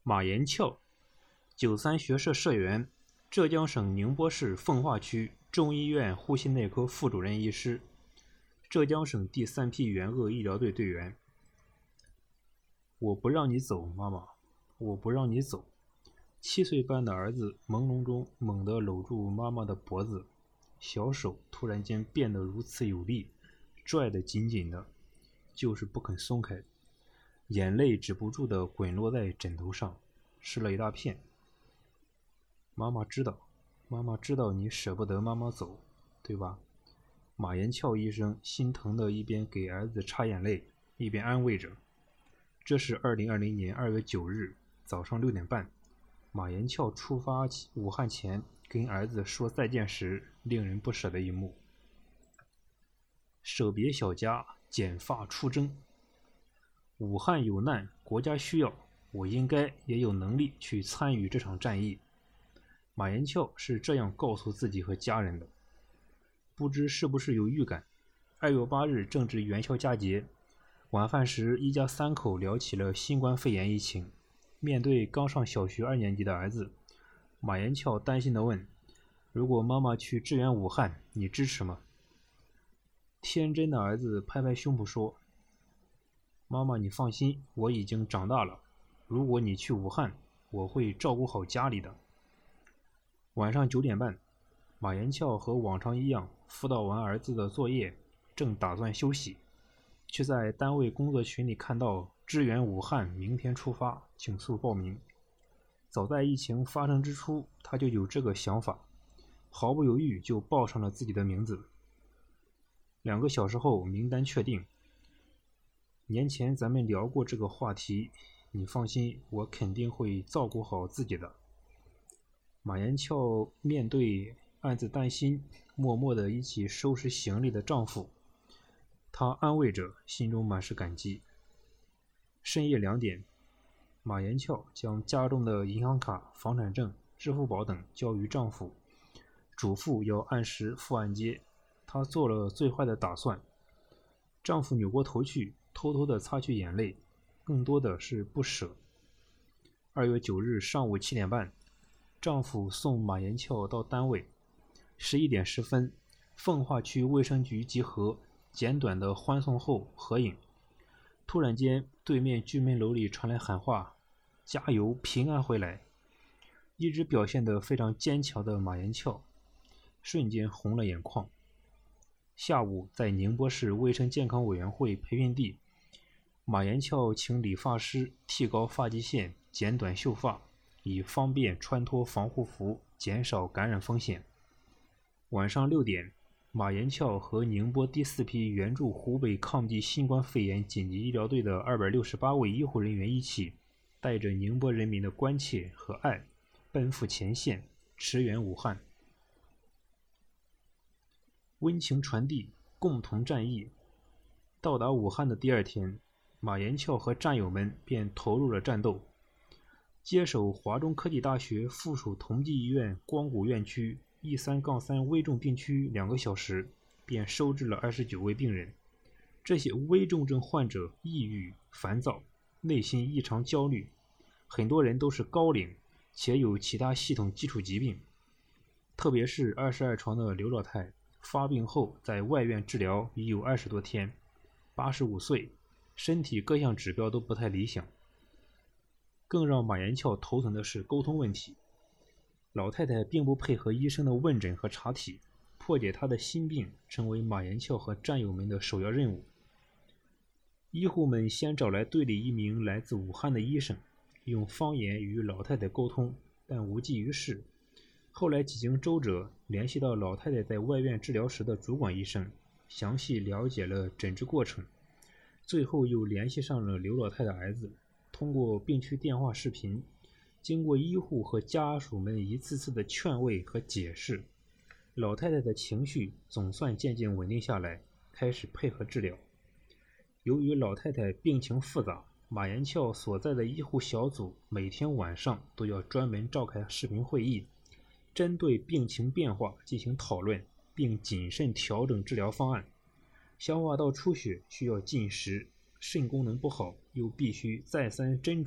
马延翘，93学社社员，浙江省宁波市奉化区中医院呼吸内科副主任医师，浙江省第3批援鄂医疗队队员。我不让你走，妈妈，我不让你走。7岁半的儿子朦胧中猛地搂住妈妈的脖子，小手突然间变得如此有力，拽得紧紧的，就是不肯松开。眼泪止不住地滚落在枕头上，湿了一大片。妈妈知道你舍不得妈妈走，对吧？马延翘医生心疼地一边给儿子擦眼泪，一边安慰着。这是2020年2月9日早上6点半，马延翘出发武汉前跟儿子说再见时令人不舍的一幕。舍别小家，剪发出征。武汉有难，国家需要，我应该也有能力去参与这场战役。马延翘是这样告诉自己和家人的。不知是不是有预感，2月8日正值元宵佳节，晚饭时一家3口聊起了新冠肺炎疫情。面对刚上小学2年级的儿子，马延翘担心地问：如果妈妈去支援武汉，你支持吗？天真的儿子拍拍胸脯说：妈妈你放心，我已经长大了，如果你去武汉，我会照顾好家里的。晚上9点半，马延翘和往常一样辅导完儿子的作业，正打算休息，却在单位工作群里看到支援武汉明天出发，请速报名。早在疫情发生之初，他就有这个想法，毫不犹豫就报上了自己的名字。2个小时后，名单确定。年前咱们聊过这个话题，你放心，我肯定会照顾好自己的。马延翘面对暗自担心，默默地一起收拾行李的丈夫，她安慰着，心中满是感激。深夜2点，马延翘将家中的银行卡、房产证、支付宝等交于丈夫，嘱咐要按时付按揭。她做了最坏的打算。丈夫扭过头去，偷偷地擦去眼泪，更多的是不舍。2月9日上午7点半，丈夫送马延翘到单位。11点10分，奉化区卫生局集合，简短的欢送后合影。突然间，对面居民楼里传来喊话：加油，平安回来。一直表现得非常坚强的马延翘瞬间红了眼眶。下午，在宁波市卫生健康委员会培训地，马延翘请理发师剃高发际线，剪短秀发，以方便穿脱防护服，减少感染风险。晚上6点，马延翘和宁波第4批援助湖北抗击新冠肺炎紧急医疗队的268位医护人员一起，带着宁波人民的关切和爱，奔赴前线，驰援武汉。温情传递，共同战役。到达武汉的第2天，马延翘和战友们便投入了战斗。接手华中科技大学附属同济医院光谷院区E3-3危重病区2个小时，便收治了29位病人。这些危重症患者抑郁、烦躁，内心异常焦虑，很多人都是高龄，且有其他系统基础疾病。特别是22床的刘老太，发病后在外院治疗已有20多天，85岁，身体各项指标都不太理想。更让马延翘头疼的是沟通问题。老太太并不配合医生的问诊和查体，破解她的心病成为马延翘和战友们的首要任务。医护们先找来队里一名来自武汉的医生，用方言与老太太沟通，但无济于事。后来几经周折，联系到老太太在外院治疗时的主管医生，详细了解了诊治过程。最后又联系上了刘老太的儿子，通过病区电话视频，经过医护和家属们一次次的劝慰和解释，老太太的情绪总算渐渐稳定下来，开始配合治疗。由于老太太病情复杂，马延翘所在的医护小组每天晚上都要专门召开视频会议，针对病情变化进行讨论，并谨慎调整治疗方案。消化道出血需要禁食，肾功能不好又必须再三斟酌，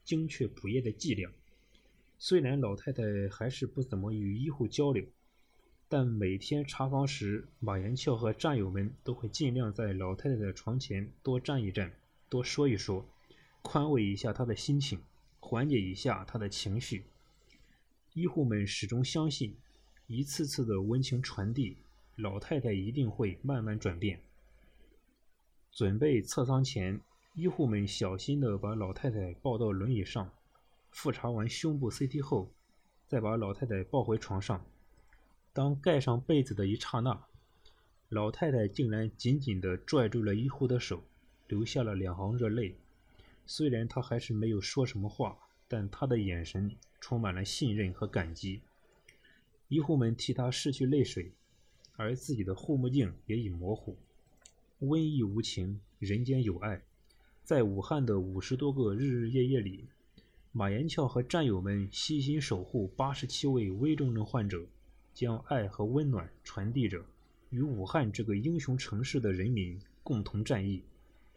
精确捕夜的伎俩。虽然老太太还是不怎么与医护交流，但每天查房时，马延翘和战友们都会尽量在老太太的床前多站一站，多说一说，宽慰一下她的心情，缓解一下她的情绪。医护们始终相信，一次次的温情传递，老太太一定会慢慢转变。准备测舱前，医护们小心地把老太太抱到轮椅上，复查完胸部 CT 后，再把老太太抱回床上。当盖上被子的一刹那，老太太竟然紧紧地拽住了医护的手，流下了2行热泪。虽然她还是没有说什么话，但她的眼神充满了信任和感激。医护们替她拭去泪水，而自己的护目镜也已模糊。瘟疫无情，人间有爱。在武汉的50多个日日夜夜里，马延翘和战友们悉心守护87位危重症患者，将爱和温暖传递着，与武汉这个英雄城市的人民共同战役。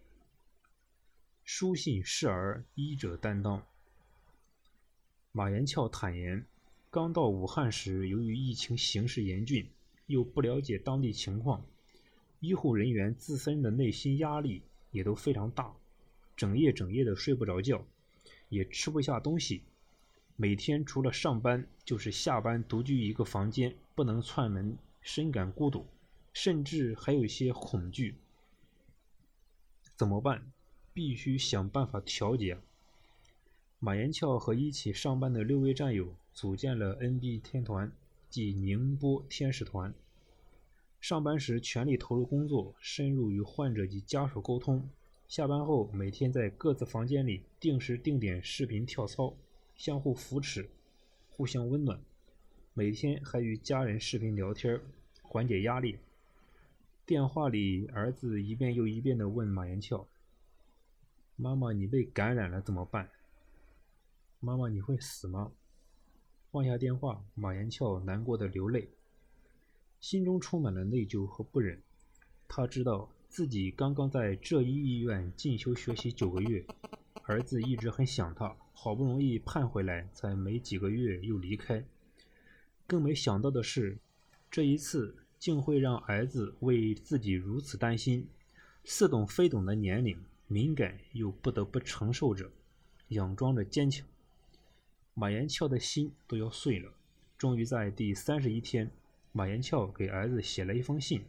书信示儿，医者担当。马延翘坦言，刚到武汉时，由于疫情形势严峻，又不了解当地情况，医护人员自身的内心压力也都非常大，整夜的睡不着觉，也吃不下东西，每天除了上班就是下班独居一个房间，不能串门，深感孤独，甚至还有一些恐惧。怎么办？必须想办法调节。马延翘和一起上班的6位战友组建了 NB 天团，即宁波天使团。上班时全力投入工作，深入与患者及家属沟通，下班后每天在各自房间里定时定点视频跳操，相互扶持，互相温暖，每天还与家人视频聊天，缓解压力。电话里儿子一遍又一遍地问马延翘，妈妈，你被感染了怎么办？妈妈，你会死吗？放下电话，马延翘难过的流泪，心中充满了内疚和不忍。他知道自己刚刚在浙医医院进修学习9个月，儿子一直很想他，好不容易盼回来，才没几个月又离开。更没想到的是，这一次竟会让儿子为自己如此担心，似懂非懂的年龄，敏感又不得不承受着，佯装着坚强。马延翘的心都要碎了。终于在第31天，马延翘给儿子写了一封信：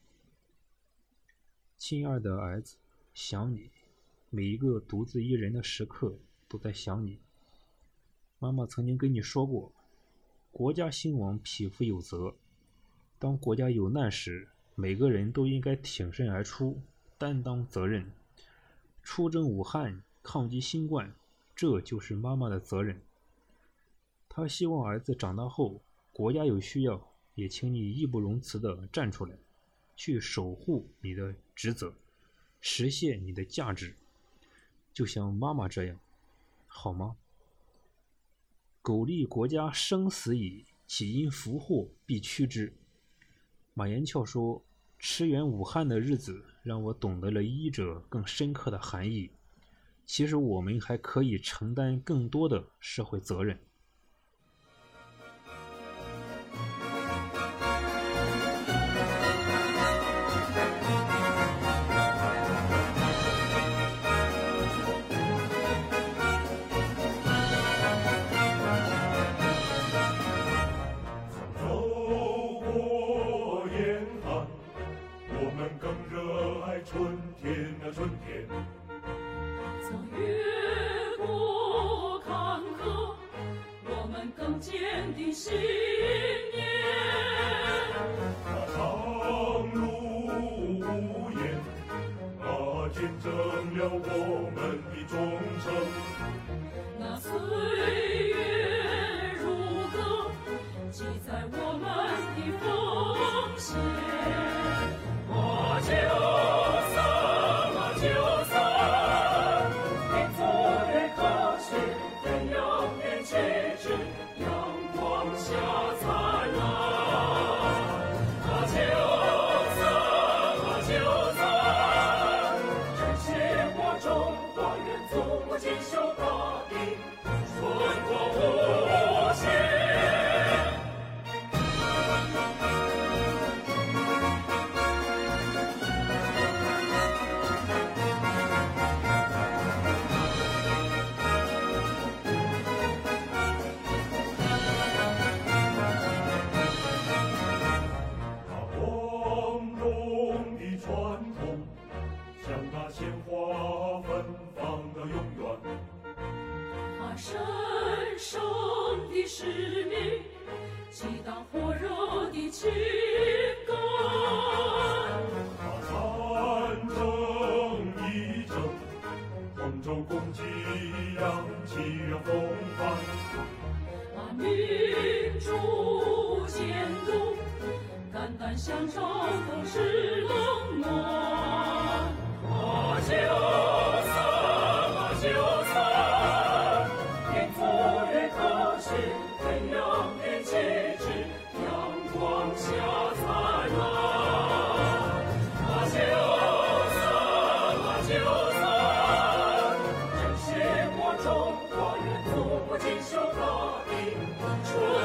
亲爱的儿子，想你，每一个独自一人的时刻都在想你。妈妈曾经跟你说过，国家兴亡，匹夫有责。当国家有难时，每个人都应该挺身而出，担当责任。出征武汉，抗击新冠，这就是妈妈的责任。他希望儿子长大后，国家有需要，也请你义不容辞地站出来，去守护你的职责，实现你的价值，就像妈妈这样，好吗？苟利国家生死以，岂因福祸必趋之。马延翘说，驰援武汉的日子让我懂得了医者更深刻的含义。其实我们还可以承担更多的社会责任。 春天，曾越过坎坷，我们更坚定信念。那长路无言，那见证了我们的忠诚。那岁月如歌，记载我们的奉献。马就坚守到春光无限。鲜花芬芳的永远， 它神圣的使命，激荡火热的情感。 它战争一争，同舟共济，扬起了风帆。 把民主监督，肝胆相照，同是冷暖。 就算，天赋与可信，飞扬的旗帜，阳光下灿烂。就算，珍惜我中国，愿祖国锦绣大地。